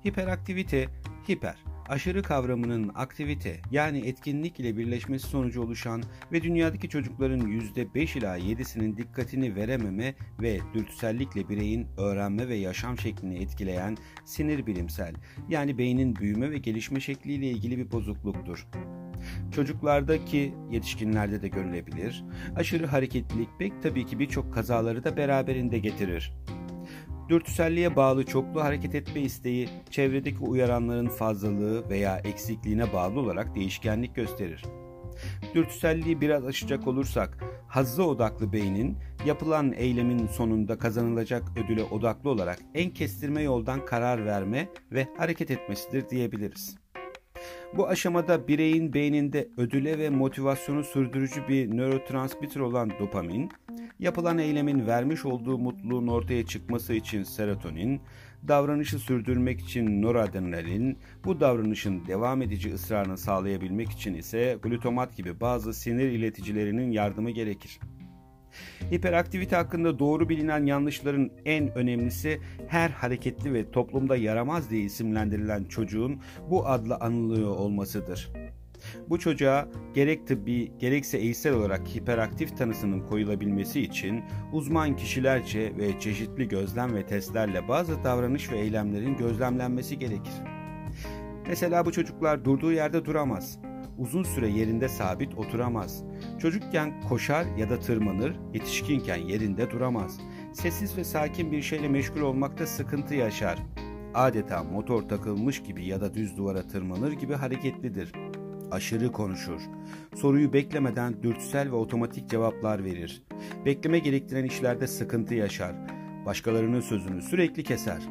Hiperaktivite, aşırı kavramının aktivite yani etkinlik ile birleşmesi sonucu oluşan ve dünyadaki çocukların %5 ila 7'sinin dikkatini verememe ve dürtüsellikle bireyin öğrenme ve yaşam şeklini etkileyen sinir bilimsel yani beynin büyüme ve gelişme şekliyle ilgili bir bozukluktur. Çocuklardaki yetişkinlerde de görülebilir. Aşırı hareketlilik pek tabii ki birçok kazaları da beraberinde getirir. Dürtüselliğe bağlı çoklu hareket etme isteği, çevredeki uyaranların fazlalığı veya eksikliğine bağlı olarak değişkenlik gösterir. Dürtüselliği biraz açacak olursak, hazza odaklı beynin, yapılan eylemin sonunda kazanılacak ödüle odaklı olarak en kestirme yoldan karar verme ve hareket etmesidir diyebiliriz. Bu aşamada bireyin beyninde ödüle ve motivasyonu sürdürücü bir nörotransmitter olan dopamin, yapılan eylemin vermiş olduğu mutluluğun ortaya çıkması için serotonin, davranışı sürdürmek için noradrenalin, bu davranışın devam edici ısrarını sağlayabilmek için ise glutamat gibi bazı sinir ileticilerinin yardımı gerekir. Hiperaktivite hakkında doğru bilinen yanlışların en önemlisi her hareketli ve toplumda yaramaz diye isimlendirilen çocuğun bu adla anılıyor olmasıdır. Bu çocuğa gerek tıbbi gerekse eğitsel olarak hiperaktif tanısının koyulabilmesi için uzman kişilerce ve çeşitli gözlem ve testlerle bazı davranış ve eylemlerin gözlemlenmesi gerekir. Mesela bu çocuklar durduğu yerde duramaz. Uzun süre yerinde sabit oturamaz. Çocukken koşar ya da tırmanır, yetişkinken yerinde duramaz. Sessiz ve sakin bir şeyle meşgul olmakta sıkıntı yaşar. Adeta motor takılmış gibi ya da düz duvara tırmanır gibi hareketlidir. Aşırı konuşur. Soruyu beklemeden dürtüsel ve otomatik cevaplar verir. Bekleme gerektiren işlerde sıkıntı yaşar. Başkalarının sözünü sürekli keser.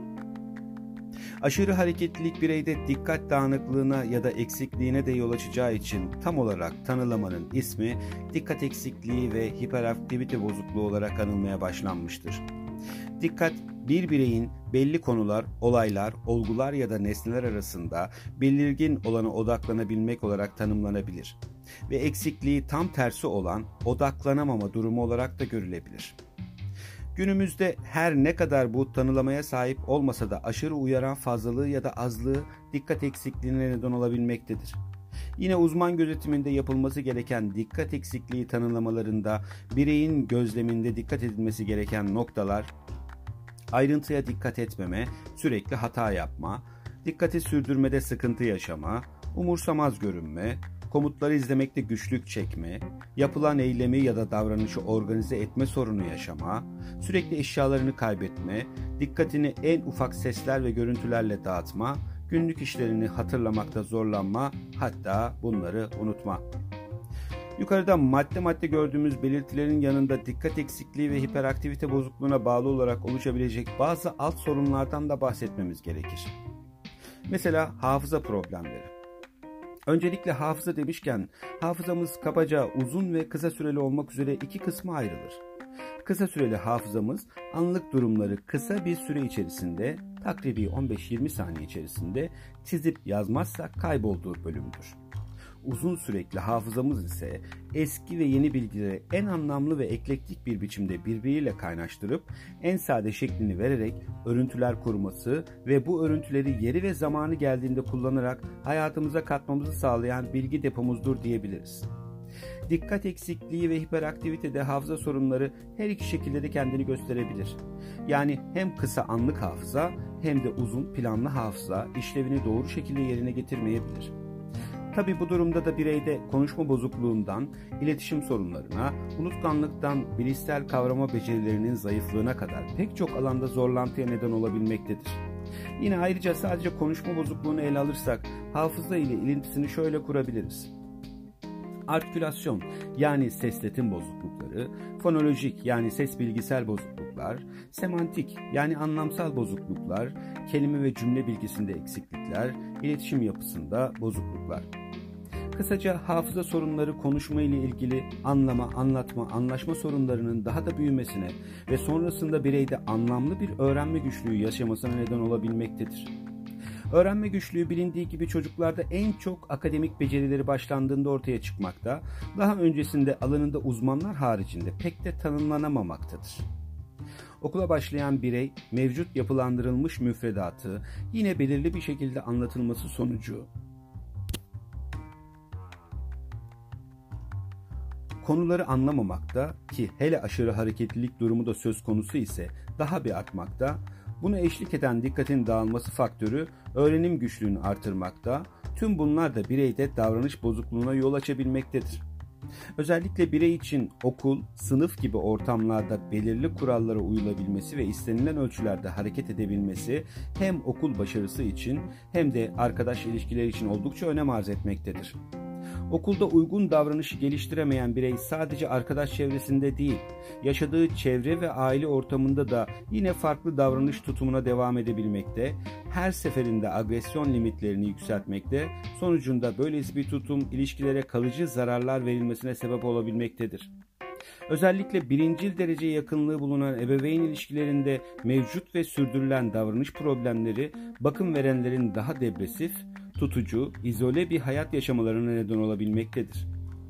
Aşırı hareketlilik bireyde dikkat dağınıklığına ya da eksikliğine de yol açacağı için tam olarak tanılamanın ismi dikkat eksikliği ve hiperaktivite bozukluğu olarak anılmaya başlanmıştır. Dikkat, bir bireyin belli konular, olaylar, olgular ya da nesneler arasında belirgin olana odaklanabilmek olarak tanımlanabilir ve eksikliği tam tersi olan odaklanamama durumu olarak da görülebilir. Günümüzde her ne kadar bu tanılamaya sahip olmasa da aşırı uyaran fazlalığı ya da azlığı dikkat eksikliğine neden olabilmektedir. Yine uzman gözetiminde yapılması gereken dikkat eksikliği tanımlamalarında bireyin gözleminde dikkat edilmesi gereken noktalar, ayrıntıya dikkat etmeme, sürekli hata yapma, dikkati sürdürmede sıkıntı yaşama, umursamaz görünme, komutları izlemekte güçlük çekme, yapılan eylemi ya da davranışı organize etme sorunu yaşama, sürekli eşyalarını kaybetme, dikkatini en ufak sesler ve görüntülerle dağıtma, günlük işlerini hatırlamakta zorlanma, hatta bunları unutma. Yukarıda madde gördüğümüz belirtilerin yanında dikkat eksikliği ve hiperaktivite bozukluğuna bağlı olarak oluşabilecek bazı alt sorunlardan da bahsetmemiz gerekir. Mesela hafıza problemleri. Öncelikle hafıza demişken hafızamız kabaca uzun ve kısa süreli olmak üzere iki kısma ayrılır. Kısa süreli hafızamız anlık durumları kısa bir süre içerisinde, takribi 15-20 saniye içerisinde çizip yazmazsak kaybolduğu bölümdür. Uzun sürekli hafızamız ise eski ve yeni bilgileri en anlamlı ve eklektik bir biçimde birbiriyle kaynaştırıp en sade şeklini vererek örüntüler kurması ve bu örüntüleri yeri ve zamanı geldiğinde kullanarak hayatımıza katmamızı sağlayan bilgi depomuzdur diyebiliriz. Dikkat eksikliği ve hiperaktivitede hafıza sorunları her iki şekilde de kendini gösterebilir. Yani hem kısa anlık hafıza hem de uzun planlı hafıza işlevini doğru şekilde yerine getirmeyebilir. Tabi bu durumda da bireyde konuşma bozukluğundan, iletişim sorunlarına, unutkanlıktan, bilişsel kavrama becerilerinin zayıflığına kadar pek çok alanda zorlantıya neden olabilmektedir. Yine ayrıca sadece konuşma bozukluğunu ele alırsak hafıza ile ilintisini şöyle kurabiliriz. Artikülasyon yani sesletim bozuklukları, fonolojik yani ses bilgisel bozukluklar, semantik yani anlamsal bozukluklar, kelime ve cümle bilgisinde eksiklikler, iletişim yapısında bozukluklar. Kısaca hafıza sorunları konuşma ile ilgili anlama, anlatma, anlaşma sorunlarının daha da büyümesine ve sonrasında bireyde anlamlı bir öğrenme güçlüğü yaşamasına neden olabilmektedir. Öğrenme güçlüğü bilindiği gibi çocuklarda en çok akademik becerileri başlandığında ortaya çıkmakta, daha öncesinde alanında uzmanlar haricinde pek de tanımlanamamaktadır. Okula başlayan birey mevcut yapılandırılmış müfredatı yine belirli bir şekilde anlatılması sonucu konuları anlamamakta ki hele aşırı hareketlilik durumu da söz konusu ise daha bir artmakta, buna eşlik eden dikkatin dağılması faktörü öğrenim güçlüğünü artırmakta, tüm bunlar da bireyde davranış bozukluğuna yol açabilmektedir. Özellikle birey için okul, sınıf gibi ortamlarda belirli kurallara uyulabilmesi ve istenilen ölçülerde hareket edebilmesi hem okul başarısı için hem de arkadaş ilişkileri için oldukça önem arz etmektedir. Okulda uygun davranışı geliştiremeyen birey sadece arkadaş çevresinde değil, yaşadığı çevre ve aile ortamında da yine farklı davranış tutumuna devam edebilmekte, her seferinde agresyon limitlerini yükseltmekte, sonucunda böylesi bir tutum ilişkilere kalıcı zararlar verilmesine sebep olabilmektedir. Özellikle birincil derece yakınlığı bulunan ebeveyn ilişkilerinde mevcut ve sürdürülen davranış problemleri bakım verenlerin daha depresif, tutucu, izole bir hayat yaşamalarına neden olabilmektedir.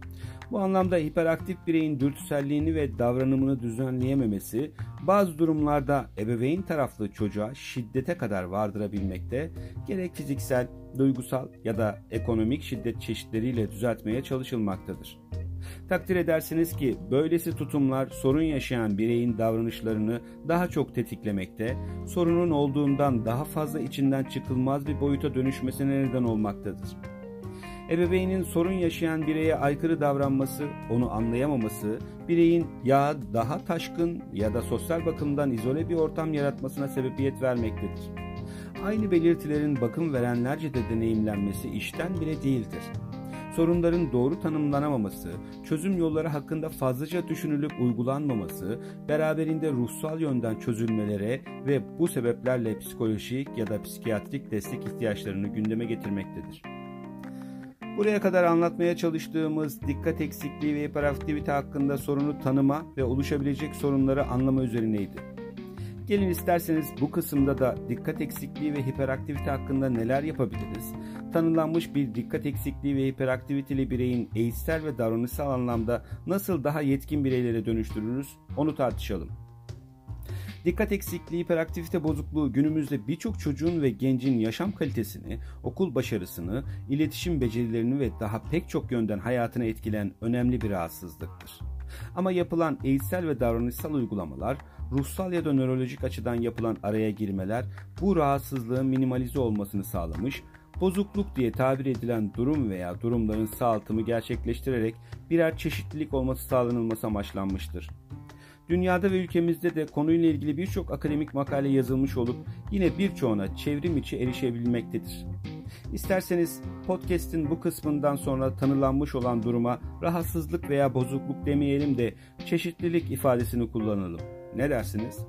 Bu anlamda hiperaktif bireyin dürtüselliğini ve davranımını düzenleyememesi bazı durumlarda ebeveyn taraflı çocuğa şiddete kadar vardırabilmekte, gerek fiziksel, duygusal ya da ekonomik şiddet çeşitleriyle düzeltmeye çalışılmaktadır. Takdir edersiniz ki böylesi tutumlar sorun yaşayan bireyin davranışlarını daha çok tetiklemekte, sorunun olduğundan daha fazla içinden çıkılmaz bir boyuta dönüşmesine neden olmaktadır. Ebeveynin sorun yaşayan bireye aykırı davranması, onu anlayamaması, bireyin ya daha taşkın ya da sosyal bakımdan izole bir ortam yaratmasına sebebiyet vermektedir. Aynı belirtilerin bakım verenlerce de deneyimlenmesi işten bile değildir. Sorunların doğru tanımlanamaması, çözüm yolları hakkında fazlaca düşünülüp uygulanmaması, beraberinde ruhsal yönden çözülmelere ve bu sebeplerle psikolojik ya da psikiyatrik destek ihtiyaçlarını gündeme getirmektedir. Buraya kadar anlatmaya çalıştığımız dikkat eksikliği ve hiperaktivite hakkında sorunu tanıma ve oluşabilecek sorunları anlama üzerineydi. Gelin isterseniz bu kısımda da dikkat eksikliği ve hiperaktivite hakkında neler yapabiliriz? Tanımlanmış bir dikkat eksikliği ve hiperaktiviteli bireyin eğitsel ve davranışsal anlamda nasıl daha yetkin bireylere dönüştürürüz? Onu tartışalım. Dikkat eksikliği, hiperaktivite bozukluğu günümüzde birçok çocuğun ve gencin yaşam kalitesini, okul başarısını, iletişim becerilerini ve daha pek çok yönden hayatını etkileyen önemli bir rahatsızlıktır. Ama yapılan eğitsel ve davranışsal uygulamalar, ruhsal ya da nörolojik açıdan yapılan araya girmeler bu rahatsızlığın minimalize olmasını sağlamış, bozukluk diye tabir edilen durum veya durumların sağaltımı gerçekleştirerek birer çeşitlilik olması sağlanılması amaçlanmıştır. Dünyada ve ülkemizde de konuyla ilgili birçok akademik makale yazılmış olup yine birçoğuna çevrim içi erişebilmektedir. İsterseniz podcast'in bu kısmından sonra tanılanmış olan duruma rahatsızlık veya bozukluk demeyelim de çeşitlilik ifadesini kullanalım. Ne dersiniz?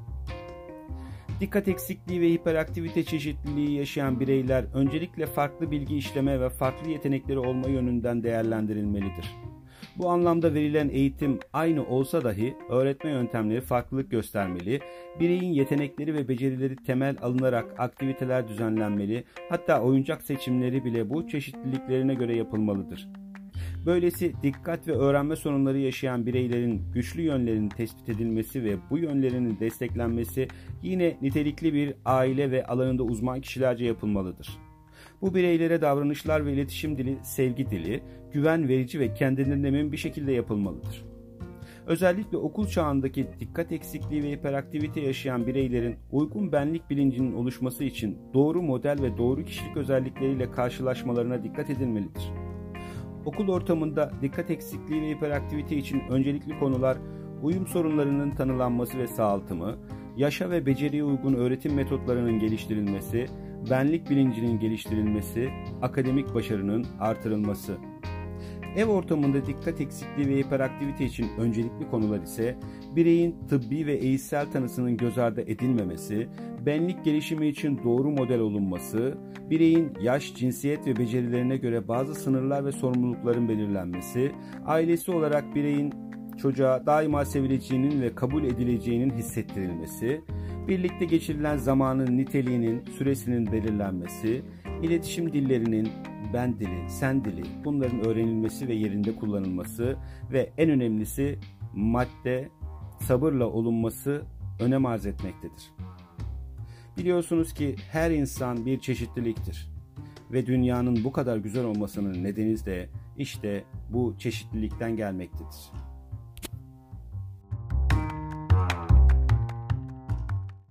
Dikkat eksikliği ve hiperaktivite çeşitliliği yaşayan bireyler öncelikle farklı bilgi işleme ve farklı yetenekleri olma yönünden değerlendirilmelidir. Bu anlamda verilen eğitim aynı olsa dahi öğretme yöntemleri farklılık göstermeli, bireyin yetenekleri ve becerileri temel alınarak aktiviteler düzenlenmeli, hatta oyuncak seçimleri bile bu çeşitliliklerine göre yapılmalıdır. Böylesi dikkat ve öğrenme sorunları yaşayan bireylerin güçlü yönlerinin tespit edilmesi ve bu yönlerinin desteklenmesi yine nitelikli bir aile ve alanında uzman kişilerce yapılmalıdır. Bu bireylere davranışlar ve iletişim dili, sevgi dili, güven verici ve kendinden emin bir şekilde yapılmalıdır. Özellikle okul çağındaki dikkat eksikliği ve hiperaktivite yaşayan bireylerin uygun benlik bilincinin oluşması için doğru model ve doğru kişilik özellikleriyle karşılaşmalarına dikkat edilmelidir. Okul ortamında dikkat eksikliği ve hiperaktivite için öncelikli konular uyum sorunlarının tanılanması ve sağaltımı, yaşa ve beceriye uygun öğretim metotlarının geliştirilmesi, benlik bilincinin geliştirilmesi, akademik başarının artırılması. Ev ortamında dikkat eksikliği ve hiperaktivite için öncelikli konular ise bireyin tıbbi ve eğitsel tanısının göz ardı edilmemesi, benlik gelişimi için doğru model olunması, bireyin yaş, cinsiyet ve becerilerine göre bazı sınırlar ve sorumlulukların belirlenmesi, ailesi olarak bireyin çocuğa daima sevileceğinin ve kabul edileceğinin hissettirilmesi, birlikte geçirilen zamanın niteliğinin, süresinin belirlenmesi, iletişim dillerinin ben dili, sen dili bunların öğrenilmesi ve yerinde kullanılması ve en önemlisi madde sabırla olunması önem arz etmektedir. Biliyorsunuz ki her insan bir çeşitliliktir ve dünyanın bu kadar güzel olmasının nedeni de işte bu çeşitlilikten gelmektedir.